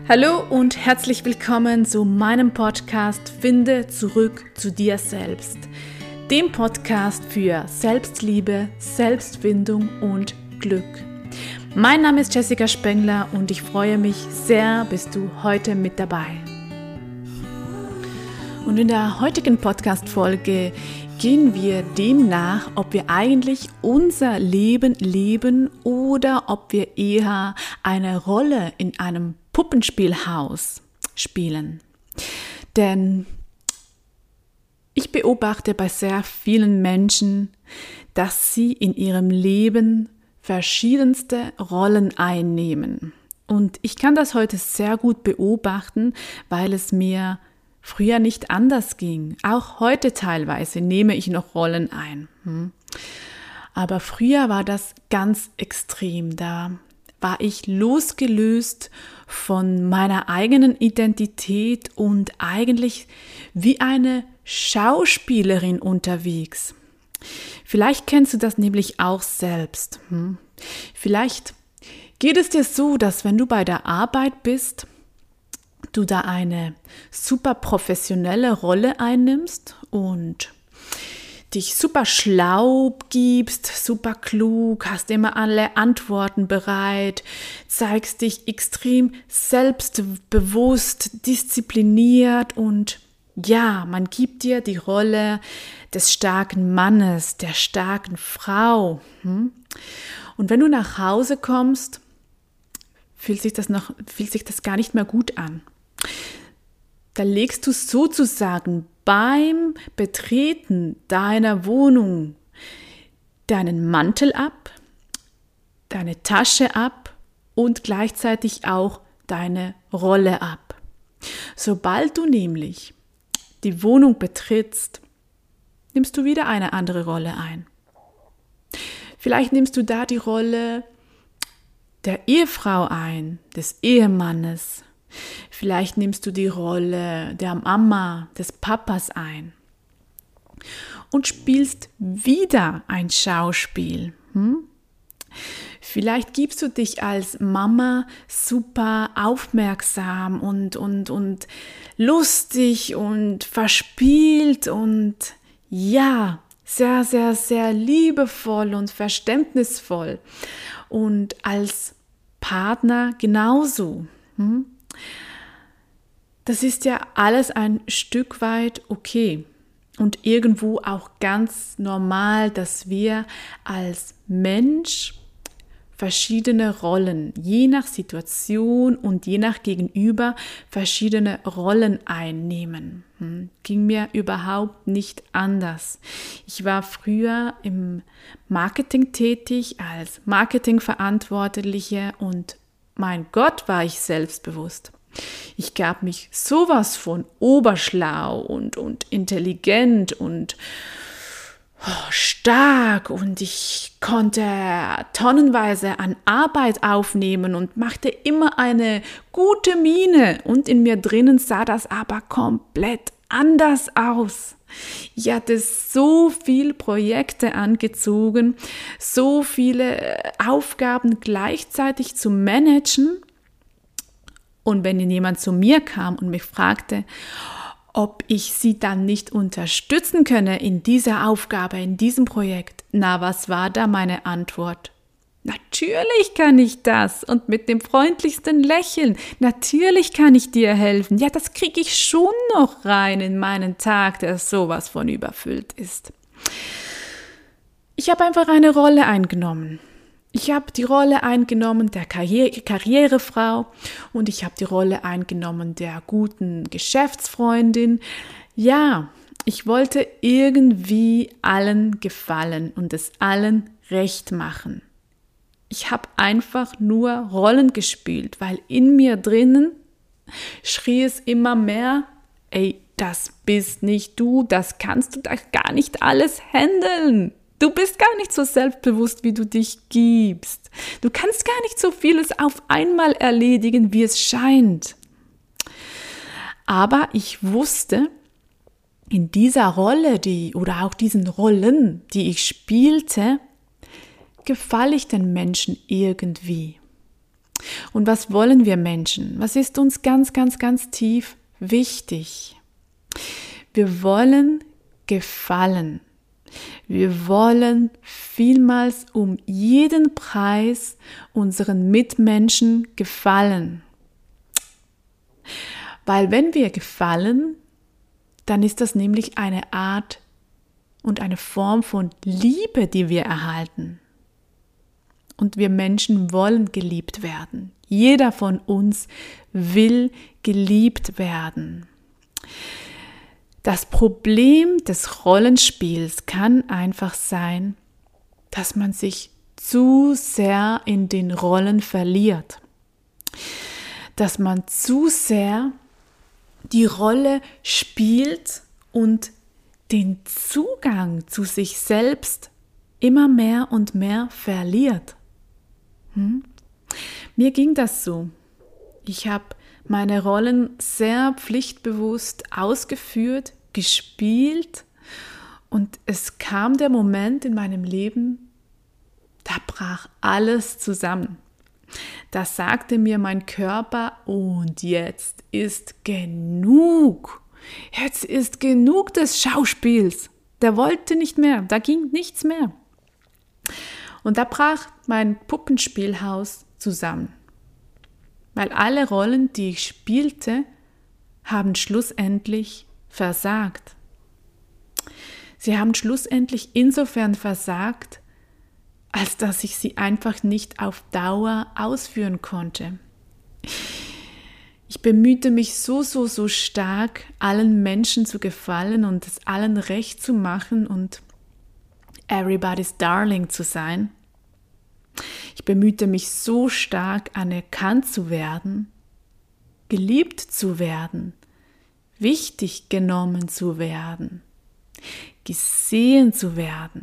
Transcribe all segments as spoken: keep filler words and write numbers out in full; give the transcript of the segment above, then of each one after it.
Hallo und herzlich willkommen zu meinem Podcast Finde zurück zu dir selbst, dem Podcast für Selbstliebe, Selbstfindung und Glück. Mein Name ist Jessica Spengler und ich freue mich sehr, bist du heute mit dabei. Und in der heutigen Podcast-Folge gehen wir dem nach, ob wir eigentlich unser Leben leben oder ob wir eher eine Rolle in einem Puppenspielhaus spielen. Denn ich beobachte bei sehr vielen Menschen, dass sie in ihrem Leben verschiedenste Rollen einnehmen. Und ich kann das heute sehr gut beobachten, weil es mir früher nicht anders ging. Auch heute teilweise nehme ich noch Rollen ein. Aber früher war das ganz extrem. Da war ich losgelöst von meiner eigenen Identität und eigentlich wie eine Schauspielerin unterwegs. Vielleicht kennst du das nämlich auch selbst. Vielleicht geht es dir so, dass wenn du bei der Arbeit bist, du da eine super professionelle Rolle einnimmst und dich super schlau gibst, super klug, hast immer alle Antworten bereit, zeigst dich extrem selbstbewusst, diszipliniert und ja, man gibt dir die Rolle des starken Mannes, der starken Frau. Und wenn du nach Hause kommst, fühlt sich das noch, fühlt sich das gar nicht mehr gut an. Da legst du sozusagen beim Betreten deiner Wohnung deinen Mantel ab, deine Tasche ab und gleichzeitig auch deine Rolle ab. Sobald du nämlich die Wohnung betrittst, nimmst du wieder eine andere Rolle ein. Vielleicht nimmst du da die Rolle der Ehefrau ein, des Ehemannes. Vielleicht nimmst du die Rolle der Mama, des Papas ein und spielst wieder ein Schauspiel. Hm? Vielleicht gibst du dich als Mama super aufmerksam und, und, und lustig und verspielt und ja, sehr, sehr, sehr liebevoll und verständnisvoll. Und als Partner genauso. Hm? Das ist ja alles ein Stück weit okay und irgendwo auch ganz normal, dass wir als Mensch verschiedene Rollen, je nach Situation und je nach Gegenüber, verschiedene Rollen einnehmen. Hm, ging mir überhaupt nicht anders. Ich war früher im Marketing tätig als Marketingverantwortliche und mein Gott, war ich selbstbewusst. Ich gab mich sowas von oberschlau und, und intelligent und oh, stark und ich konnte tonnenweise an Arbeit aufnehmen und machte immer eine gute Miene und in mir drinnen sah das aber komplett anders aus. Ich hatte so viele Projekte angezogen, so viele Aufgaben gleichzeitig zu managen. Und wenn jemand zu mir kam und mich fragte, ob ich sie dann nicht unterstützen könne in dieser Aufgabe, in diesem Projekt, na, was war da meine Antwort? Natürlich kann ich das und mit dem freundlichsten Lächeln. Natürlich kann ich dir helfen. Ja, das kriege ich schon noch rein in meinen Tag, der sowas von überfüllt ist. Ich habe einfach eine Rolle eingenommen. Ich habe die Rolle eingenommen der Karriere- Karrierefrau und ich habe die Rolle eingenommen der guten Geschäftsfreundin. Ja, ich wollte irgendwie allen gefallen und es allen recht machen. Ich habe einfach nur Rollen gespielt, weil in mir drinnen schrie es immer mehr, ey, das bist nicht du, das kannst du da gar nicht alles handeln. Du bist gar nicht so selbstbewusst, wie du dich gibst. Du kannst gar nicht so vieles auf einmal erledigen, wie es scheint. Aber ich wusste, in dieser Rolle, die oder auch diesen Rollen, die ich spielte, gefalle ich den Menschen irgendwie. Und was wollen wir Menschen? Was ist uns ganz, ganz, ganz tief wichtig? Wir wollen gefallen. Wir wollen vielmals um jeden Preis unseren Mitmenschen gefallen. Weil wenn wir gefallen, dann ist das nämlich eine Art und eine Form von Liebe, die wir erhalten. Und wir Menschen wollen geliebt werden. Jeder von uns will geliebt werden. Das Problem des Rollenspiels kann einfach sein, dass man sich zu sehr in den Rollen verliert. Dass man zu sehr die Rolle spielt und den Zugang zu sich selbst immer mehr und mehr verliert. Hm? Mir ging das so. Ich habe meine Rollen sehr pflichtbewusst ausgeführt, gespielt und es kam der Moment in meinem Leben, da brach alles zusammen. Da sagte mir mein Körper, und jetzt ist genug. Jetzt ist genug des Schauspiels. Der wollte nicht mehr, da ging nichts mehr. Und da brach mein Puppenspielhaus zusammen. Weil alle Rollen, die ich spielte, haben schlussendlich versagt. Sie haben schlussendlich insofern versagt, als dass ich sie einfach nicht auf Dauer ausführen konnte. Ich bemühte mich so, so, so stark, allen Menschen zu gefallen und es allen recht zu machen und everybody's darling zu sein. Ich bemühte mich so stark, anerkannt zu werden, geliebt zu werden, wichtig genommen zu werden, gesehen zu werden.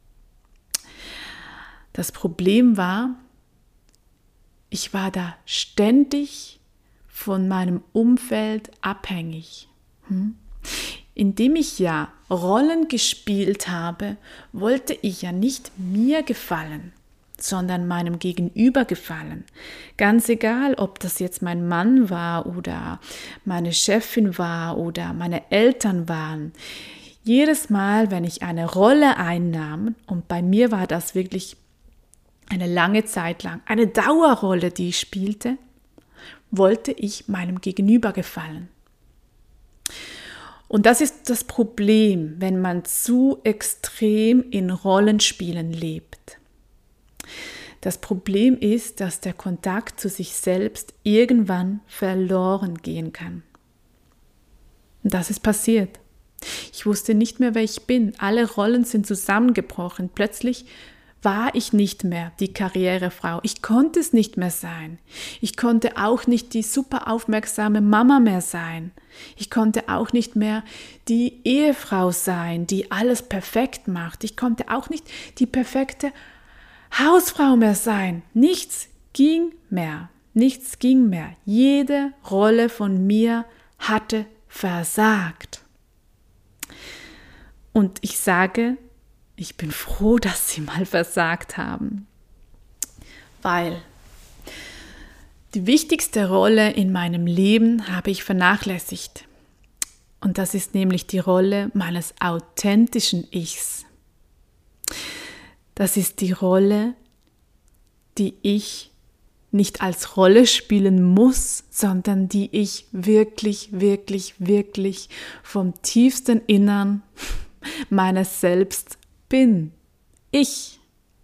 Das Problem war, ich war da ständig von meinem Umfeld abhängig. Hm? Indem ich ja Rollen gespielt habe, wollte ich ja nicht mir gefallen, sondern meinem Gegenüber gefallen. Ganz egal, ob das jetzt mein Mann war oder meine Chefin war oder meine Eltern waren. Jedes Mal, wenn ich eine Rolle einnahm, und bei mir war das wirklich eine lange Zeit lang, eine Dauerrolle, die ich spielte, wollte ich meinem Gegenüber gefallen. Und das ist das Problem, wenn man zu extrem in Rollenspielen lebt. Das Problem ist, dass der Kontakt zu sich selbst irgendwann verloren gehen kann. Und das ist passiert. Ich wusste nicht mehr, wer ich bin. Alle Rollen sind zusammengebrochen. Plötzlich war ich nicht mehr die Karrierefrau. Ich konnte es nicht mehr sein. Ich konnte auch nicht die super aufmerksame Mama mehr sein. Ich konnte auch nicht mehr die Ehefrau sein, die alles perfekt macht. Ich konnte auch nicht die perfekte Hausfrau mehr sein. Nichts ging mehr. Nichts ging mehr. Jede Rolle von mir hatte versagt. Und ich sage, ich bin froh, dass sie mal versagt haben, weil die wichtigste Rolle in meinem Leben habe ich vernachlässigt. Und das ist nämlich die Rolle meines authentischen Ichs. Das ist die Rolle, die ich nicht als Rolle spielen muss, sondern die ich wirklich, wirklich, wirklich vom tiefsten Innern meines Selbst bin. Ich.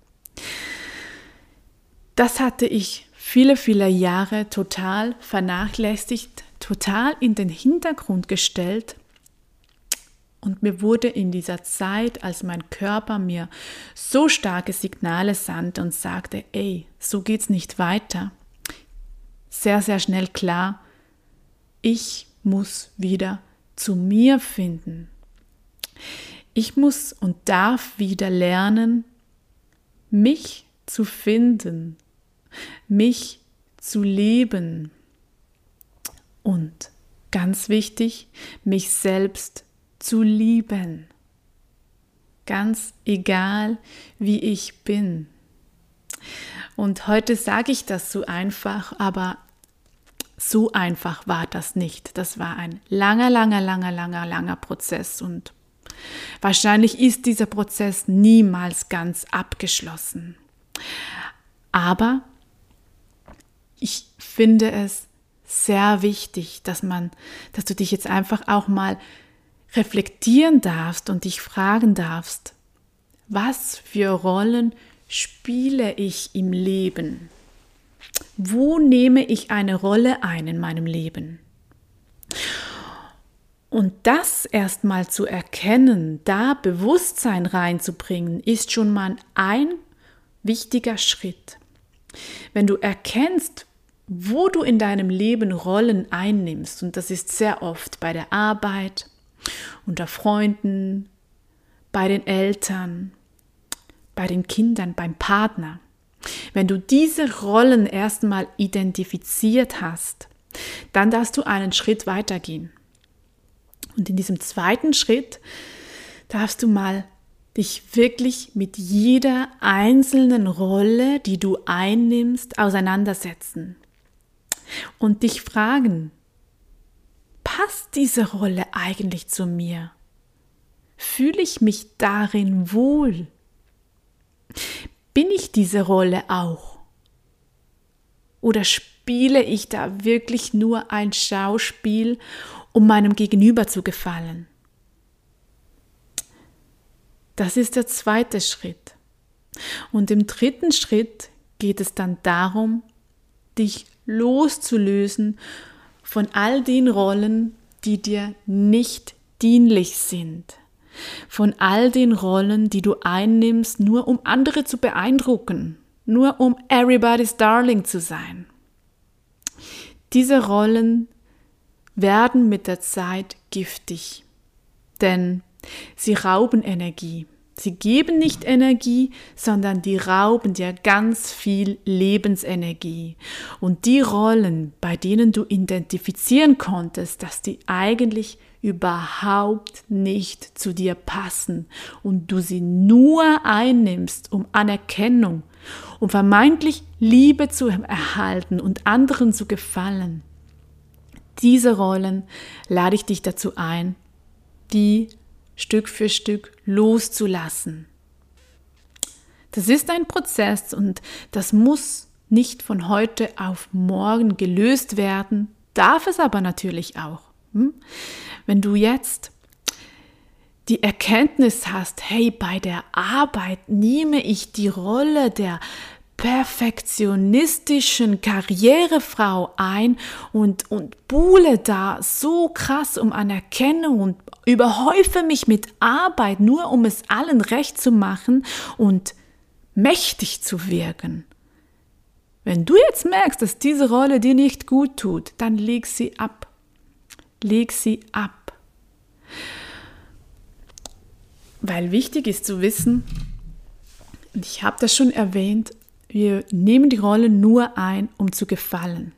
Das hatte ich viele, viele Jahre total vernachlässigt, total in den Hintergrund gestellt. Und mir wurde in dieser Zeit, als mein Körper mir so starke Signale sandte und sagte, ey, so geht's nicht weiter, sehr, sehr schnell klar, ich muss wieder zu mir finden. Ich muss und darf wieder lernen, mich zu finden, mich zu leben und ganz wichtig, mich selbst zu lieben. Ganz egal, wie ich bin. Und heute sage ich das so einfach, aber so einfach war das nicht. Das war ein langer, langer, langer, langer, langer Prozess und wahrscheinlich ist dieser Prozess niemals ganz abgeschlossen. Aber ich finde es sehr wichtig, dass man, dass du dich jetzt einfach auch mal reflektieren darfst und dich fragen darfst, was für Rollen spiele ich im Leben? Wo nehme ich eine Rolle ein in meinem Leben? Und das erstmal zu erkennen, da Bewusstsein reinzubringen, ist schon mal ein wichtiger Schritt. Wenn du erkennst, wo du in deinem Leben Rollen einnimmst, und das ist sehr oft bei der Arbeit, unter Freunden, bei den Eltern, bei den Kindern, beim Partner. Wenn du diese Rollen erstmal identifiziert hast, dann darfst du einen Schritt weitergehen. Und in diesem zweiten Schritt darfst du mal dich wirklich mit jeder einzelnen Rolle, die du einnimmst, auseinandersetzen und dich fragen, passt diese Rolle eigentlich zu mir? Fühle ich mich darin wohl? Bin ich diese Rolle auch? Oder spiele ich da wirklich nur ein Schauspiel, um meinem Gegenüber zu gefallen? Das ist der zweite Schritt. Und im dritten Schritt geht es dann darum, dich loszulösen von all den Rollen, die dir nicht dienlich sind. Von all den Rollen, die du einnimmst, nur um andere zu beeindrucken, nur um everybody's darling zu sein. Diese Rollen werden mit der Zeit giftig, denn sie rauben Energie. Sie geben nicht Energie, sondern die rauben dir ganz viel Lebensenergie. Und die Rollen, bei denen du identifizieren konntest, dass die eigentlich überhaupt nicht zu dir passen und du sie nur einnimmst, um Anerkennung, um vermeintlich Liebe zu erhalten und anderen zu gefallen. Diese Rollen lade ich dich dazu ein, die Stück für Stück loszulassen. Das ist ein Prozess und das muss nicht von heute auf morgen gelöst werden, darf es aber natürlich auch. Wenn du jetzt die Erkenntnis hast, hey, bei der Arbeit nehme ich die Rolle der perfektionistischen Karrierefrau ein und, und buhle da so krass um Anerkennung und überhäufe mich mit Arbeit, nur um es allen recht zu machen und mächtig zu wirken. Wenn du jetzt merkst, dass diese Rolle dir nicht gut tut, dann leg sie ab. Leg sie ab. Weil wichtig ist zu wissen, und ich habe das schon erwähnt, wir nehmen die Rolle nur ein, um zu gefallen,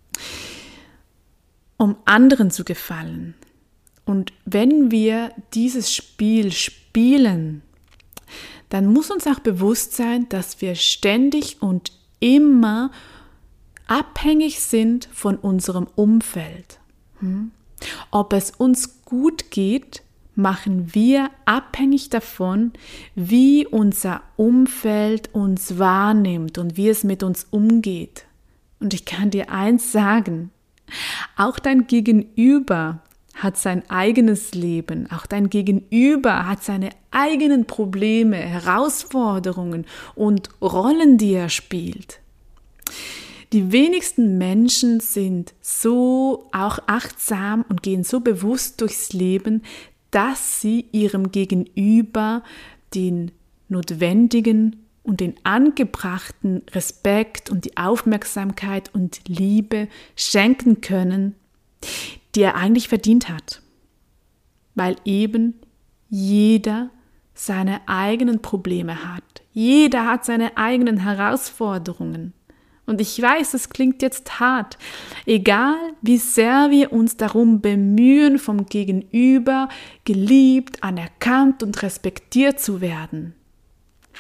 um anderen zu gefallen. Und wenn wir dieses Spiel spielen, dann muss uns auch bewusst sein, dass wir ständig und immer abhängig sind von unserem Umfeld. Hm? Ob es uns gut geht, machen wir abhängig davon, wie unser Umfeld uns wahrnimmt und wie es mit uns umgeht. Und ich kann dir eins sagen, auch dein Gegenüber hat sein eigenes Leben, auch dein Gegenüber hat seine eigenen Probleme, Herausforderungen und Rollen, die er spielt. Die wenigsten Menschen sind so auch achtsam und gehen so bewusst durchs Leben, dass sie ihrem Gegenüber den notwendigen und den angebrachten Respekt und die Aufmerksamkeit und Liebe schenken können, die er eigentlich verdient hat. Weil eben jeder seine eigenen Probleme hat. Jeder hat seine eigenen Herausforderungen. Und ich weiß, es klingt jetzt hart, egal wie sehr wir uns darum bemühen, vom Gegenüber geliebt, anerkannt und respektiert zu werden.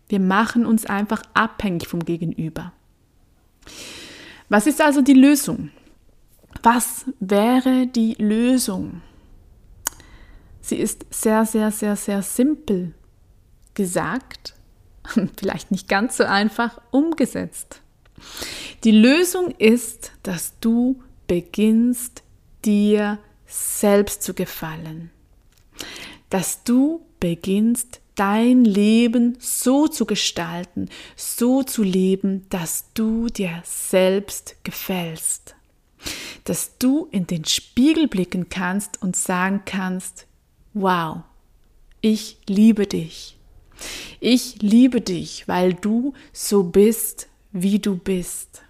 Wir machen uns einfach abhängig vom Gegenüber. Was ist also die Lösung? Was wäre die Lösung? Sie ist sehr, sehr, sehr, sehr simpel gesagt, vielleicht nicht ganz so einfach umgesetzt. Die Lösung ist, dass du beginnst, dir selbst zu gefallen. Dass du beginnst, dein Leben so zu gestalten, so zu leben, dass du dir selbst gefällst. Dass du in den Spiegel blicken kannst und sagen kannst, wow, ich liebe dich. Ich liebe dich, weil du so bist, wie du bist.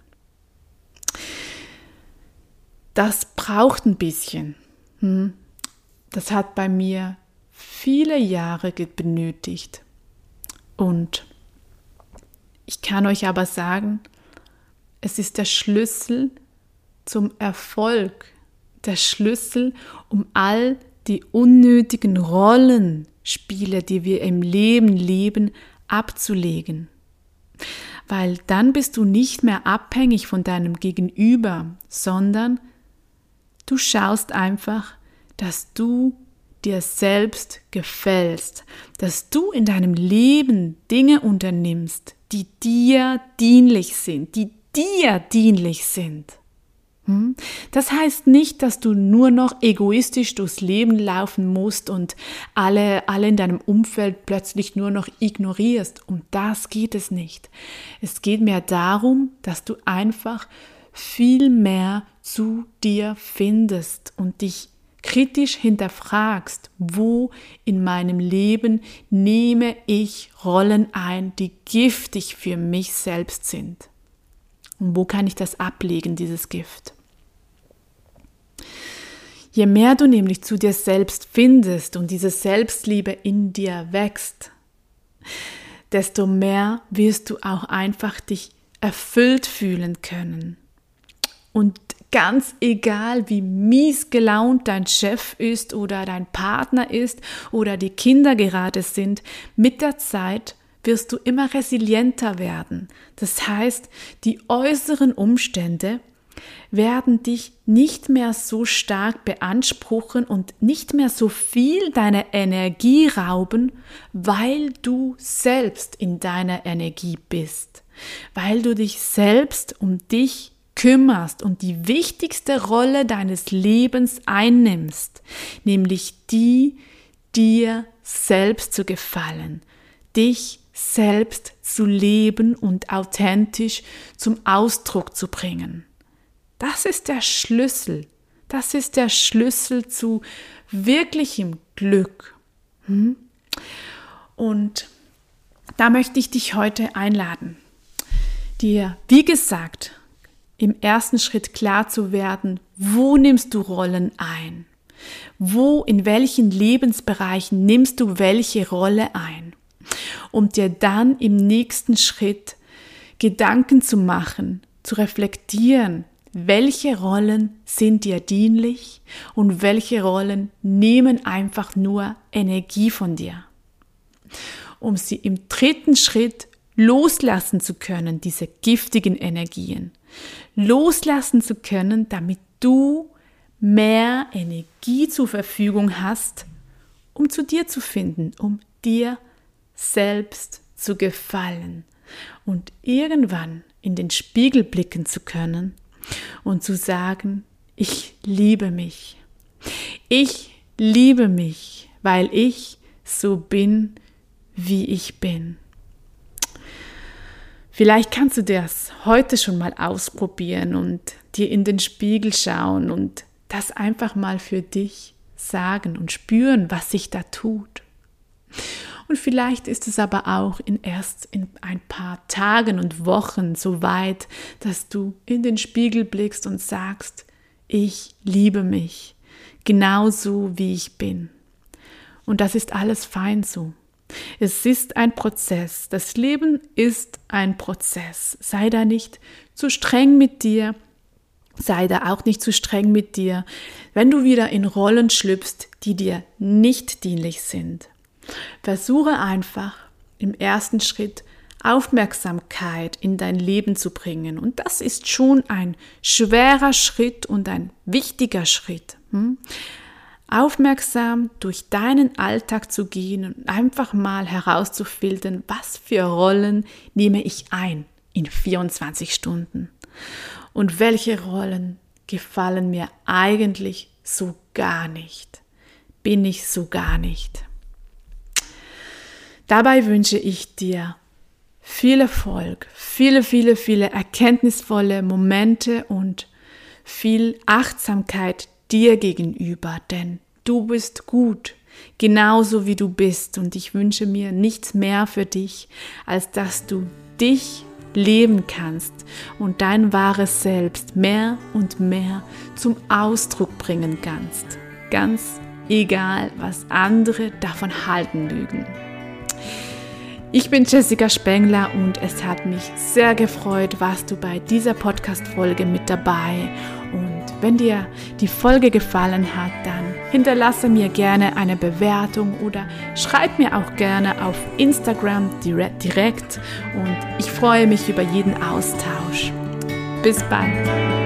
Das braucht ein bisschen. Das hat bei mir viele Jahre benötigt. Und ich kann euch aber sagen, es ist der Schlüssel zum Erfolg, der Schlüssel, um all die unnötigen Rollenspiele, die wir im Leben leben, abzulegen. Weil dann bist du nicht mehr abhängig von deinem Gegenüber, sondern du schaust einfach, dass du dir selbst gefällst, dass du in deinem Leben Dinge unternimmst, die dir dienlich sind, die dir dienlich sind. Das heißt nicht, dass du nur noch egoistisch durchs Leben laufen musst und alle, alle in deinem Umfeld plötzlich nur noch ignorierst. Um das geht es nicht. Es geht mehr darum, dass du einfach viel mehr zu dir findest und dich kritisch hinterfragst, wo in meinem Leben nehme ich Rollen ein, die giftig für mich selbst sind. Und wo kann ich das ablegen, dieses Gift? Je mehr du nämlich zu dir selbst findest und diese Selbstliebe in dir wächst, desto mehr wirst du auch einfach dich erfüllt fühlen können. Und ganz egal, wie mies gelaunt dein Chef ist oder dein Partner ist oder die Kinder gerade sind, mit der Zeit wirst du immer resilienter werden. Das heißt, die äußeren Umstände werden dich nicht mehr so stark beanspruchen und nicht mehr so viel deiner Energie rauben, weil du selbst in deiner Energie bist, weil du dich selbst um dich kümmerst und die wichtigste Rolle deines Lebens einnimmst, nämlich die, dir selbst zu gefallen, dich selbst zu leben und authentisch zum Ausdruck zu bringen. Das ist der Schlüssel. Das ist der Schlüssel zu wirklichem Glück. Und da möchte ich dich heute einladen, dir, wie gesagt, im ersten Schritt klar zu werden, wo nimmst du Rollen ein? Wo, in welchen Lebensbereichen nimmst du welche Rolle ein? Um dir dann im nächsten Schritt Gedanken zu machen, zu reflektieren, welche Rollen sind dir dienlich und welche Rollen nehmen einfach nur Energie von dir. Um sie im dritten Schritt loslassen zu können, diese giftigen Energien. Loslassen zu können, damit du mehr Energie zur Verfügung hast, um zu dir zu finden, um dir selbst zu gefallen und irgendwann in den Spiegel blicken zu können und zu sagen, ich liebe mich. Ich liebe mich, weil ich so bin, wie ich bin. Vielleicht kannst du das heute schon mal ausprobieren und dir in den Spiegel schauen und das einfach mal für dich sagen und spüren, was sich da tut. Und vielleicht ist es aber auch in erst in ein paar Tagen und Wochen so weit, dass du in den Spiegel blickst und sagst, ich liebe mich, genauso wie ich bin. Und das ist alles fein so. Es ist ein Prozess. Das Leben ist ein Prozess. Sei da nicht zu streng mit dir, sei da auch nicht zu streng mit dir, wenn du wieder in Rollen schlüpfst, die dir nicht dienlich sind. Versuche einfach im ersten Schritt Aufmerksamkeit in dein Leben zu bringen. Und das ist schon ein schwerer Schritt und ein wichtiger Schritt. Hm? Aufmerksam durch deinen Alltag zu gehen und einfach mal herauszufiltern, was für Rollen nehme ich ein in vierundzwanzig Stunden und welche Rollen gefallen mir eigentlich so gar nicht, bin ich so gar nicht. Dabei wünsche ich dir viel Erfolg, viele, viele, viele erkenntnisvolle Momente und viel Achtsamkeit dir gegenüber, denn du bist gut, genauso wie du bist und ich wünsche mir nichts mehr für dich, als dass du dich leben kannst und dein wahres Selbst mehr und mehr zum Ausdruck bringen kannst, ganz egal, was andere davon halten mögen. Ich bin Jessica Spengler und es hat mich sehr gefreut, warst du bei dieser Podcast-Folge mit dabei. Und wenn dir die Folge gefallen hat, dann hinterlasse mir gerne eine Bewertung oder schreib mir auch gerne auf Instagram direkt. Und ich freue mich über jeden Austausch. Bis bald.